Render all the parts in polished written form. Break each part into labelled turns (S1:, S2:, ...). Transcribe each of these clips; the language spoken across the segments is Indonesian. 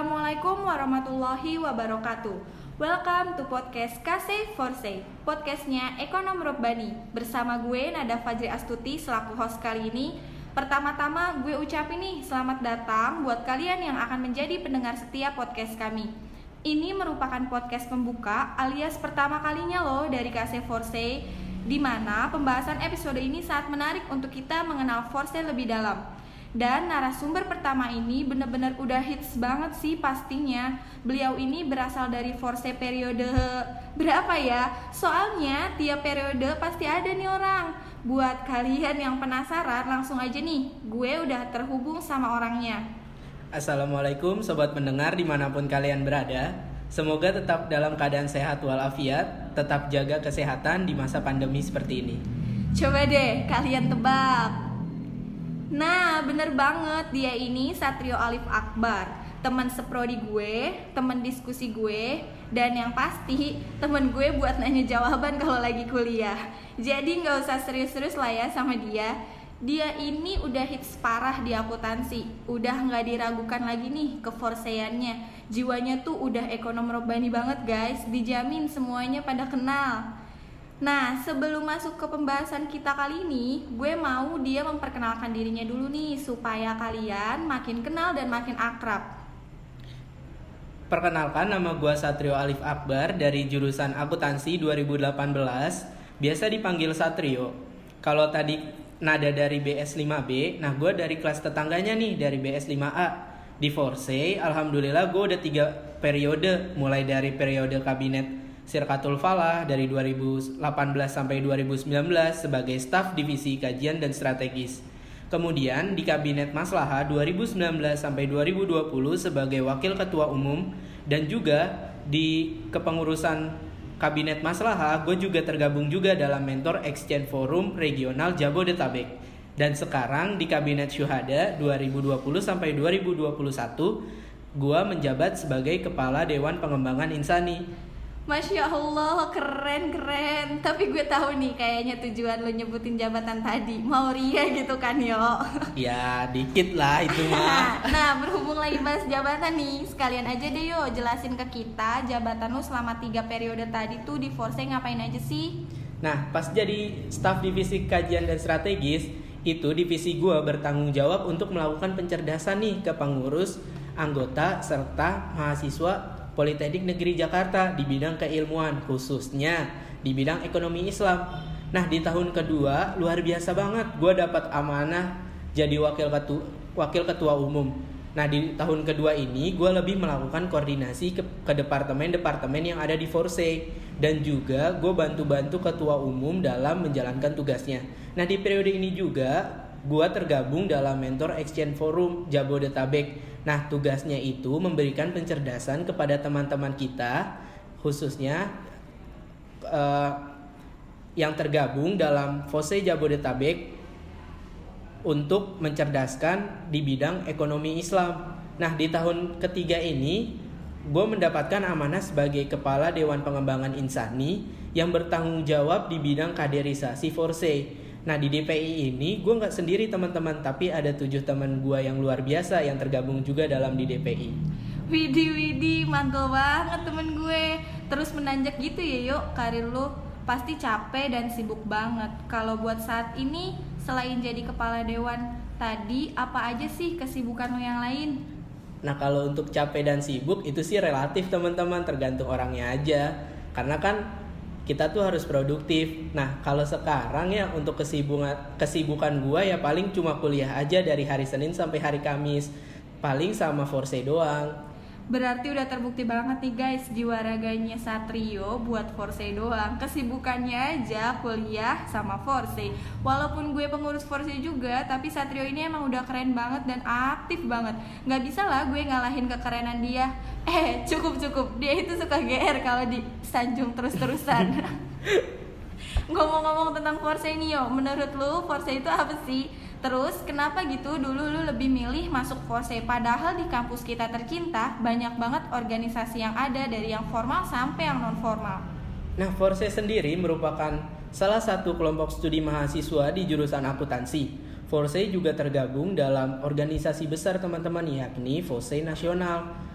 S1: Assalamualaikum warahmatullahi wabarakatuh. Welcome to podcast Kase Forse, podcastnya Ekonom Robbani. Bersama gue Nada Fajri Astuti selaku host kali ini. Pertama-tama gue ucapin nih selamat datang buat kalian yang akan menjadi pendengar setia podcast kami. Ini merupakan podcast pembuka alias pertama kalinya loh dari Kase Forse, di mana pembahasan episode ini sangat menarik untuk kita mengenal Forse lebih dalam. Dan narasumber pertama ini benar-benar udah hits banget sih pastinya. Beliau ini berasal dari Forse periode berapa ya? Soalnya tiap periode pasti ada nih orang. Buat kalian yang penasaran, langsung aja nih, gue udah terhubung sama orangnya.
S2: Assalamualaikum sobat pendengar dimanapun kalian berada. Semoga tetap dalam keadaan sehat walafiat, tetap jaga kesehatan di masa pandemi seperti ini.
S1: Coba deh kalian tebak. Nah, bener banget, dia ini Satrio Alif Akbar, teman seprodi gue, teman diskusi gue, dan yang pasti teman gue buat nanya jawaban kalau lagi kuliah. Jadi gak usah serius-serius lah ya sama dia. Dia ini udah hits parah di akuntansi, udah gak diragukan lagi nih keforseannya. Jiwanya tuh udah ekonom robbani banget guys, dijamin semuanya pada kenal. Nah, sebelum masuk ke pembahasan kita kali ini, gue mau dia memperkenalkan dirinya dulu nih, supaya kalian makin kenal dan makin akrab.
S2: Perkenalkan, nama gue Satrio Alif Akbar dari jurusan akuntansi 2018, biasa dipanggil Satrio. Kalau tadi Nada dari BS5B, nah gue dari kelas tetangganya nih, dari BS5A. Di Forse, alhamdulillah gue udah 3 periode, mulai dari periode kabinet Sirkatul Falah dari 2018 sampai 2019 sebagai staf divisi kajian dan strategis. Kemudian di Kabinet Maslahah 2019 sampai 2020 sebagai wakil ketua umum, dan juga di kepengurusan Kabinet Maslahah gue juga tergabung juga dalam Mentor Exchange Forum Regional Jabodetabek. Dan sekarang di Kabinet Syuhada 2020 sampai 2021 gue menjabat sebagai Kepala Dewan Pengembangan Insani.
S1: Masya Allah, keren. Tapi gue tahu nih kayaknya tujuan lo nyebutin jabatan tadi mau ria gitu kan yo.
S2: Ya dikit lah itu mah.
S1: Nah, berhubung lagi bahas jabatan nih, sekalian aja deh yo jelasin ke kita jabatan lo selama 3 periode tadi tuh di Forse ngapain aja sih?
S2: Nah, pas jadi staf divisi kajian dan strategis, itu divisi gue bertanggung jawab untuk melakukan pencerdasan nih ke pengurus, anggota, serta mahasiswa Politeknik Negeri Jakarta di bidang keilmuan, khususnya di bidang ekonomi Islam. Nah, di tahun kedua luar biasa banget, gue dapat amanah jadi wakil ketua umum. Nah, di tahun kedua ini gue lebih melakukan koordinasi ke departemen-departemen yang ada di Forse, dan juga gue bantu-bantu ketua umum dalam menjalankan tugasnya. Nah, di periode ini juga gue tergabung dalam Mentor Exchange Forum Jabodetabek. Nah, tugasnya itu memberikan pencerdasan kepada teman-teman kita, khususnya yang tergabung dalam Forse Jabodetabek, untuk mencerdaskan di bidang ekonomi Islam. Nah, di tahun ketiga ini gue mendapatkan amanah sebagai Kepala Dewan Pengembangan Insani yang bertanggung jawab di bidang kaderisasi Forse. Nah, di DPI ini gue gak sendiri teman-teman, tapi ada 7 teman gue yang luar biasa yang tergabung juga dalam di DPI.
S1: Widih, mantul banget temen gue. Terus menanjak gitu ya yuk karir lo. Pasti capek dan sibuk banget. Kalau buat saat ini, selain jadi kepala dewan tadi, apa aja sih kesibukan lo yang lain?
S2: Nah, kalau untuk capek dan sibuk itu sih relatif teman-teman, tergantung orangnya aja. Karena kan kita tuh harus produktif. Nah, kalau sekarang ya untuk kesibukan gue ya paling cuma kuliah aja dari hari Senin sampai hari Kamis. Paling sama Forse doang.
S1: Berarti udah terbukti banget nih guys, jiwa raganya Satrio buat Forse doang. Kesibukannya aja kuliah sama Forse. Walaupun gue pengurus Forse juga, tapi Satrio ini emang udah keren banget dan aktif banget. Gak bisa lah gue ngalahin kekerenan dia. Cukup. Dia itu suka GR kalau disanjung terus-terusan. Ngomong-ngomong tentang Forse ini yo, menurut lu Forse itu apa sih? Terus kenapa gitu dulu lu lebih milih masuk Forse, padahal di kampus kita tercinta banyak banget organisasi yang ada, dari yang formal sampai yang non formal.
S2: Nah, Forse sendiri merupakan salah satu kelompok studi mahasiswa di jurusan akuntansi. Forse juga tergabung dalam organisasi besar teman-teman, yakni Forse Nasional.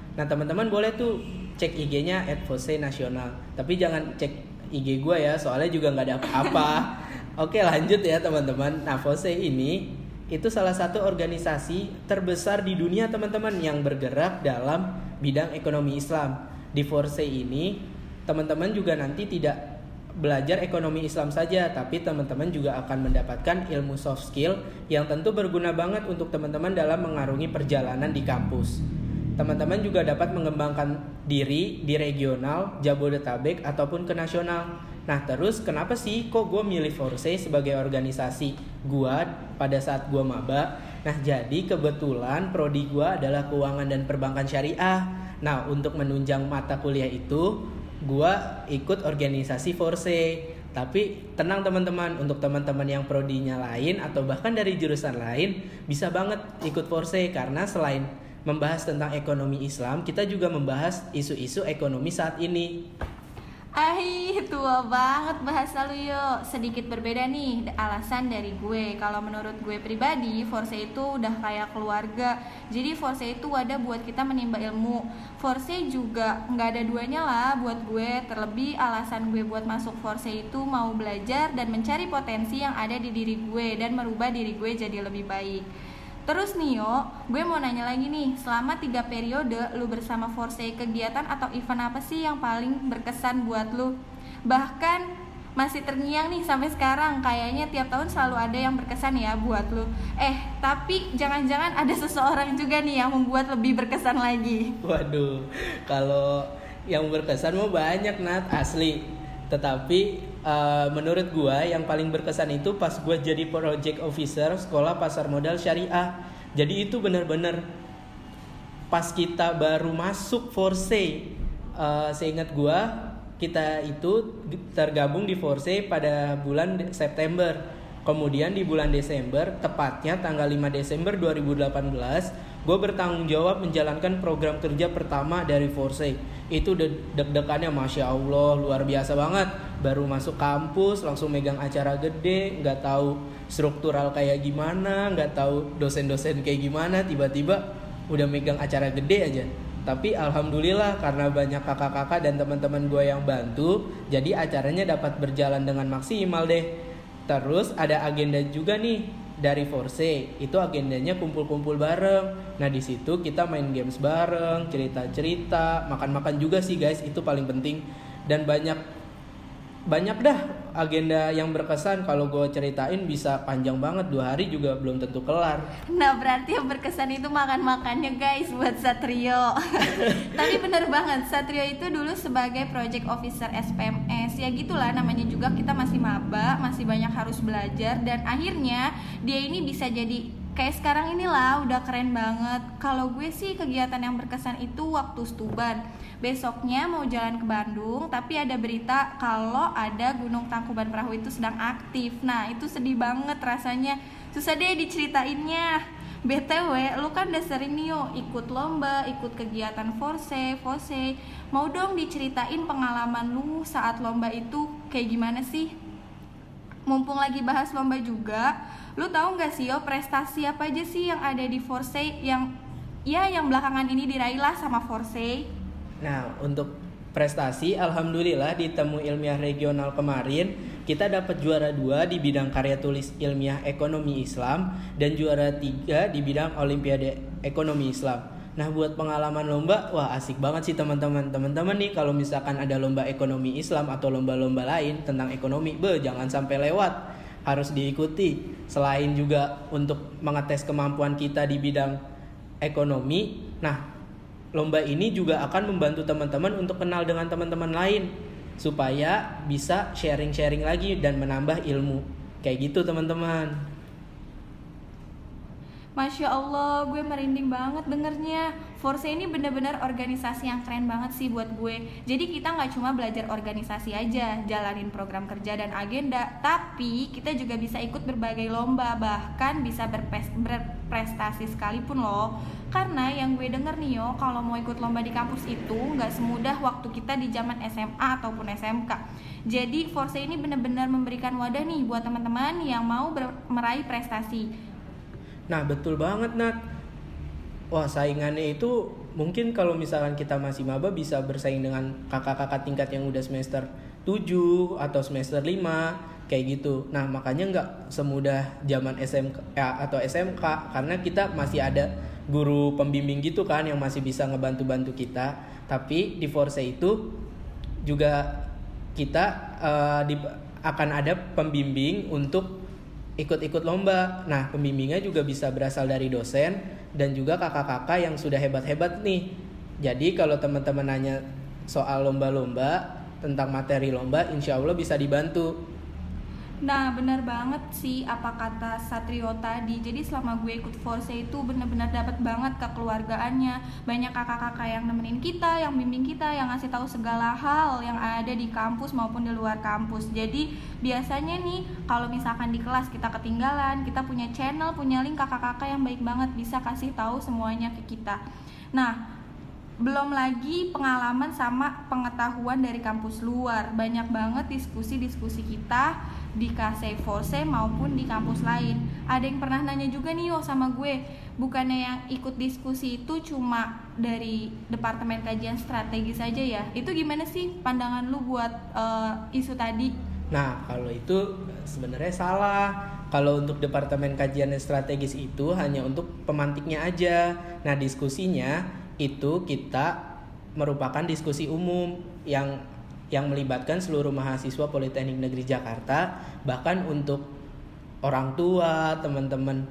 S2: Nah teman-teman boleh tuh cek IG-nya @forsay_nasional. Tapi jangan cek IG gue ya, soalnya juga nggak ada apa-apa. Oke lanjut ya teman-teman. Nah Forsay ini itu salah satu organisasi terbesar di dunia teman-teman yang bergerak dalam bidang ekonomi Islam. Di Forsay ini teman-teman juga nanti tidak belajar ekonomi Islam saja, tapi teman-teman juga akan mendapatkan ilmu soft skill yang tentu berguna banget untuk teman-teman dalam mengarungi perjalanan di kampus. Teman-teman juga dapat mengembangkan diri di regional, Jabodetabek ataupun ke nasional. Nah terus kenapa sih kok gue milih Forsay sebagai organisasi gue pada saat gue maba? Nah jadi kebetulan prodi gue adalah keuangan dan perbankan syariah. Nah untuk menunjang mata kuliah itu gue ikut organisasi Forsay. Tapi tenang teman-teman, untuk teman-teman yang prodinya lain atau bahkan dari jurusan lain bisa banget ikut Forsay, karena selain membahas tentang ekonomi Islam, kita juga membahas isu-isu ekonomi saat ini.
S1: Tua banget bahasa lu yo. Sedikit berbeda nih alasan dari gue. Kalau menurut gue pribadi, Forsay itu udah kayak keluarga. Jadi Forsay itu wadah buat kita menimba ilmu. Forsay juga nggak ada duanya lah buat gue. Terlebih alasan gue buat masuk Forsay itu mau belajar dan mencari potensi yang ada di diri gue dan merubah diri gue jadi lebih baik. Terus nih yo, gue mau nanya lagi nih, selama 3 periode lu bersama Forsay, kegiatan atau event apa sih yang paling berkesan buat lu? Bahkan masih terngiang nih sampai sekarang, kayaknya tiap tahun selalu ada yang berkesan ya buat lu. Tapi jangan-jangan ada seseorang juga nih yang membuat lebih berkesan lagi.
S2: Waduh, kalau yang berkesan mau banyak Nat, asli. Tetapi menurut gue yang paling berkesan itu pas gue jadi project officer sekolah pasar modal syariah. Jadi itu benar-benar pas kita baru masuk Forsay. Seingat gue kita itu tergabung di Forsay pada bulan September. Kemudian di bulan Desember, tepatnya tanggal 5 Desember 2018, gue bertanggung jawab menjalankan program kerja pertama dari Forsay. Itu deg-degannya Masya Allah luar biasa banget. Baru masuk kampus langsung megang acara gede, gak tahu struktural kayak gimana, gak tahu dosen-dosen kayak gimana, tiba-tiba udah megang acara gede aja. Tapi alhamdulillah karena banyak kakak-kakak dan teman-teman gue yang bantu, jadi acaranya dapat berjalan dengan maksimal deh. Terus ada agenda juga nih dari Forsay, itu agendanya kumpul-kumpul bareng. Nah di situ kita main games bareng, cerita-cerita, makan-makan juga sih guys, itu paling penting. Dan banyak dah agenda yang berkesan. Kalau gue ceritain bisa panjang banget, 2 hari juga belum tentu kelar.
S1: Nah berarti yang berkesan itu makan-makannya guys buat Satrio. Tapi bener banget, Satrio itu dulu sebagai project officer SPMS. Ya gitulah namanya juga, kita masih maba, masih banyak harus belajar. Dan akhirnya dia ini bisa jadi kayak sekarang inilah, udah keren banget. Kalau gue sih kegiatan yang berkesan itu waktu stuban. Besoknya mau jalan ke Bandung, tapi ada berita kalau ada Gunung Tangkuban Perahu itu sedang aktif. Nah itu sedih banget rasanya, susah deh diceritainnya. BTW, lu kan udah sering nih yo ikut lomba, ikut kegiatan Forsay. Mau dong diceritain pengalaman lu saat lomba itu kayak gimana sih? Mumpung lagi bahas lomba juga, lu tahu nggak sih yo prestasi apa aja sih yang ada di Forsay yang belakangan ini diraihlah sama Forsay?
S2: Nah untuk prestasi, alhamdulillah di Temu Ilmiah Regional kemarin kita dapat juara 2 di bidang karya tulis ilmiah ekonomi Islam dan juara 3 di bidang Olimpiade Ekonomi Islam. Nah buat pengalaman lomba, wah asik banget sih teman-teman. Teman-teman nih kalau misalkan ada lomba ekonomi Islam atau lomba-lomba lain tentang ekonomi, jangan sampai lewat, harus diikuti. Selain juga untuk mengetes kemampuan kita di bidang ekonomi, nah lomba ini juga akan membantu teman-teman untuk kenal dengan teman-teman lain supaya bisa sharing-sharing lagi dan menambah ilmu. Kayak gitu teman-teman.
S1: Masya Allah, gue merinding banget dengernya. Forsay ini benar-benar organisasi yang keren banget sih buat gue. Jadi kita nggak cuma belajar organisasi aja, jalanin program kerja dan agenda, tapi kita juga bisa ikut berbagai lomba, bahkan bisa berprestasi sekalipun loh. Karena yang gue denger nih yo, kalau mau ikut lomba di kampus itu nggak semudah waktu kita di zaman SMA ataupun SMK. Jadi Forsay ini benar-benar memberikan wadah nih buat teman-teman yang mau meraih prestasi.
S2: Nah betul banget Nat. Wah saingannya itu mungkin kalau misalkan kita masih maba bisa bersaing dengan kakak-kakak tingkat yang udah semester 7 atau semester 5 kayak gitu. Nah, makanya nggak semudah zaman SMK atau SMK, karena kita masih ada guru pembimbing gitu kan yang masih bisa ngebantu-bantu kita. Tapi di Forse itu juga kita akan ada pembimbing untuk ikut-ikut lomba. Nah, pembimbingnya juga bisa berasal dari dosen dan juga kakak-kakak yang sudah hebat-hebat nih. Jadi kalau teman-teman nanya soal lomba-lomba, tentang materi lomba, insya Allah bisa dibantu.
S1: Nah, benar banget sih apa kata Satrio tadi. Jadi selama gue ikut Forse itu benar-benar dapat banget kekeluargaannya. Banyak kakak-kakak yang nemenin kita, yang bimbing kita, yang ngasih tahu segala hal yang ada di kampus maupun di luar kampus. Jadi biasanya nih kalau misalkan di kelas kita ketinggalan, kita punya channel, punya link kakak-kakak yang baik banget bisa kasih tahu semuanya ke kita. Nah, belum lagi pengalaman sama pengetahuan dari kampus luar. Banyak banget diskusi-diskusi kita di KC Forse maupun di kampus lain. Ada yang pernah nanya juga nih sama gue, bukannya yang ikut diskusi itu cuma dari Departemen Kajian Strategis saja ya? Itu gimana sih pandangan lu buat isu tadi?
S2: Nah, kalau itu sebenarnya salah. Kalau untuk Departemen Kajian Strategis itu hanya untuk pemantiknya aja. Nah, diskusinya itu kita merupakan diskusi umum yang melibatkan seluruh mahasiswa Politeknik Negeri Jakarta, bahkan untuk orang tua, teman-teman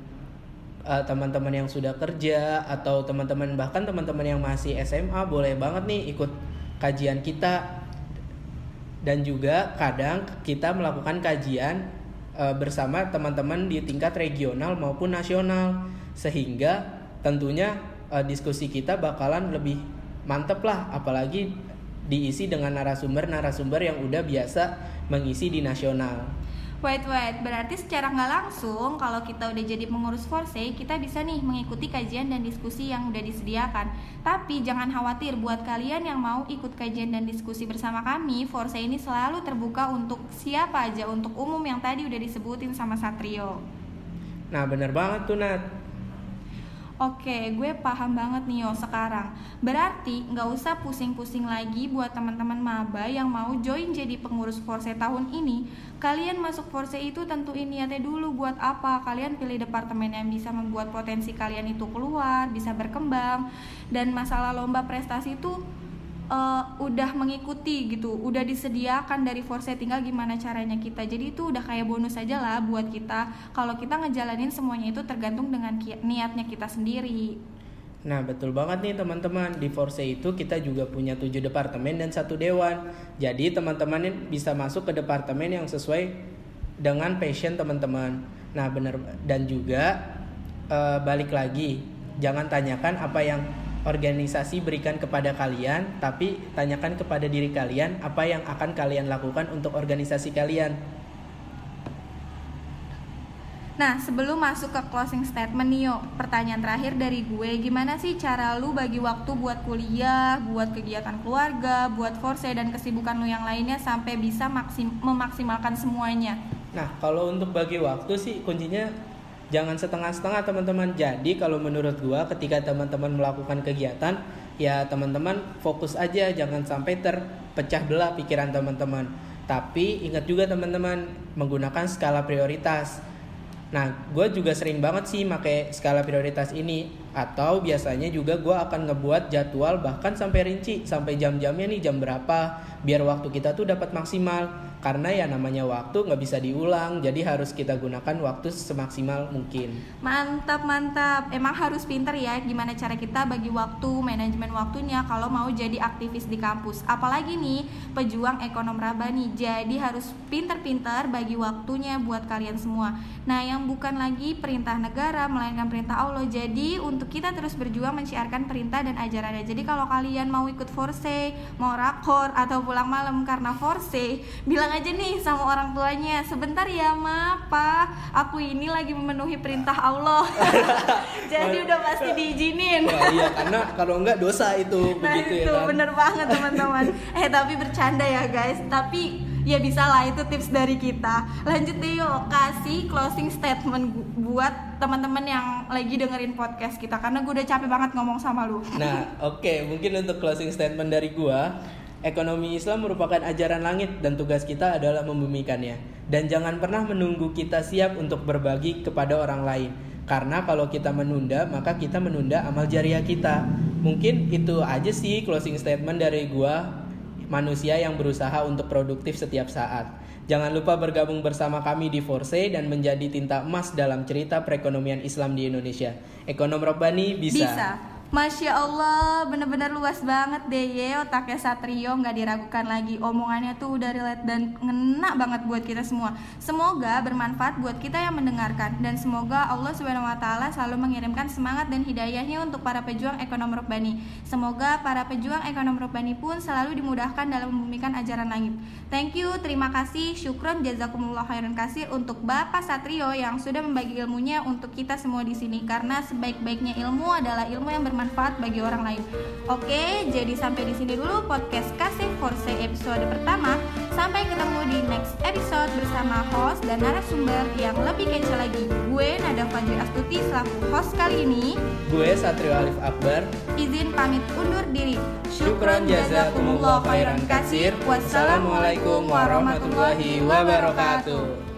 S2: yang sudah kerja atau bahkan teman-teman yang masih SMA boleh banget nih ikut kajian kita. Dan juga kadang kita melakukan kajian bersama teman-teman di tingkat regional maupun nasional, sehingga tentunya diskusi kita bakalan lebih mantep lah, apalagi diisi dengan narasumber yang udah biasa mengisi di nasional.
S1: Wait, berarti secara nggak langsung kalau kita udah jadi pengurus Forse, kita bisa nih mengikuti kajian dan diskusi yang udah disediakan. Tapi jangan khawatir, buat kalian yang mau ikut kajian dan diskusi bersama kami, Forse ini selalu terbuka untuk siapa aja, untuk umum yang tadi udah disebutin sama Satrio.
S2: Nah, bener banget tuh, Nat.
S1: Oke, gue paham banget nih sekarang. Berarti nggak usah pusing-pusing lagi buat teman-teman maba yang mau join jadi pengurus Forse tahun ini. Kalian masuk Forse itu tentuin niatnya dulu buat apa. Kalian pilih departemen yang bisa membuat potensi kalian itu keluar, bisa berkembang. Dan masalah lomba prestasi itu udah mengikuti gitu, udah disediakan dari Forse, tinggal gimana caranya kita. Jadi itu udah kayak bonus aja lah buat kita. Kalau kita ngejalanin semuanya itu tergantung dengan niatnya kita sendiri.
S2: Nah, betul banget nih teman-teman. Di Forse itu kita juga punya 7 departemen dan 1 dewan. Jadi teman-teman bisa masuk ke departemen yang sesuai dengan passion teman-teman. Nah, benar. Dan juga balik lagi, jangan tanyakan apa yang organisasi berikan kepada kalian, tapi tanyakan kepada diri kalian apa yang akan kalian lakukan untuk organisasi kalian.
S1: Nah, sebelum masuk ke closing statement nih pertanyaan terakhir dari gue, gimana sih cara lu bagi waktu buat kuliah, buat kegiatan keluarga, buat Forse dan kesibukan lu yang lainnya sampai bisa memaksimalkan semuanya?
S2: Nah, kalau untuk bagi waktu sih kuncinya jangan setengah-setengah teman-teman. Jadi kalau menurut gua ketika teman-teman melakukan kegiatan, ya teman-teman fokus aja, jangan sampai terpecah belah pikiran teman-teman. Tapi ingat juga teman-teman menggunakan skala prioritas. Nah, gua juga sering banget sih pakai skala prioritas ini, atau biasanya juga gua akan ngebuat jadwal bahkan sampai rinci, sampai jam-jamnya nih jam berapa, biar waktu kita tuh dapat maksimal. Karena ya namanya waktu nggak bisa diulang, jadi harus kita gunakan waktu semaksimal mungkin.
S1: Mantap, emang harus pinter ya gimana cara kita bagi waktu, manajemen waktunya kalau mau jadi aktivis di kampus. Apalagi nih pejuang ekonom rabani, jadi harus pinter-pinter bagi waktunya buat kalian semua. Nah, yang bukan lagi perintah negara melainkan perintah Allah. Jadi untuk kita terus berjuang menciarkan perintah dan ajarannya. Jadi kalau kalian mau ikut Forse, mau rakor atau pulang malam karena Forse, bilang aja nih sama orang tuanya, sebentar ya ma, pa, aku ini lagi memenuhi perintah Allah. Jadi udah pasti diizinin.
S2: Wah, iya, karena kalau enggak dosa itu.
S1: Nah
S2: begitu
S1: itu
S2: ya kan?
S1: bener banget teman-teman. Tapi bercanda ya guys. Tapi Ya bisa lah, itu tips dari kita. Lanjut deh yuk, kasih closing statement buat teman-teman yang lagi dengerin podcast kita, karena gue udah capek banget ngomong sama lu.
S2: Nah, oke, mungkin untuk closing statement dari gua, ekonomi Islam merupakan ajaran langit dan tugas kita adalah membumikannya. Dan jangan pernah menunggu kita siap untuk berbagi kepada orang lain. Karena kalau kita menunda, maka kita menunda amal jariah kita. Mungkin itu aja sih closing statement dari gua, manusia yang berusaha untuk produktif setiap saat. Jangan lupa bergabung bersama kami di Forse dan menjadi tinta emas dalam cerita perekonomian Islam di Indonesia. Ekonom Robbani bisa.
S1: Masya Allah, bener-bener luas banget deh ye otaknya Satrio, nggak diragukan lagi. Omongannya tuh udah relate dan ngena banget buat kita semua. Semoga bermanfaat buat kita yang mendengarkan, dan semoga Allah SWT selalu mengirimkan semangat dan hidayahnya untuk para pejuang ekonom Robbani. Semoga para pejuang ekonom Robbani pun selalu dimudahkan dalam membumikan ajaran langit. Thank you, terima kasih, syukron, jazakumullah khairan kasir untuk Bapak Satrio yang sudah membagi ilmunya untuk kita semua di sini, karena sebaik-baiknya ilmu adalah ilmu yang bermanfaat bagi orang lain. Oke, jadi sampai di sini dulu podcast Kasih Forse episode pertama. Sampai ketemu di next episode bersama host dan narasumber yang lebih kece lagi. Gue Nada Fajri Astuti selaku host kali ini.
S2: Gue Satrio Alif Akbar.
S1: Izin pamit undur diri.
S2: Syukran jazakumullah khairan kasir. Wassalamualaikum warahmatullahi wabarakatuh.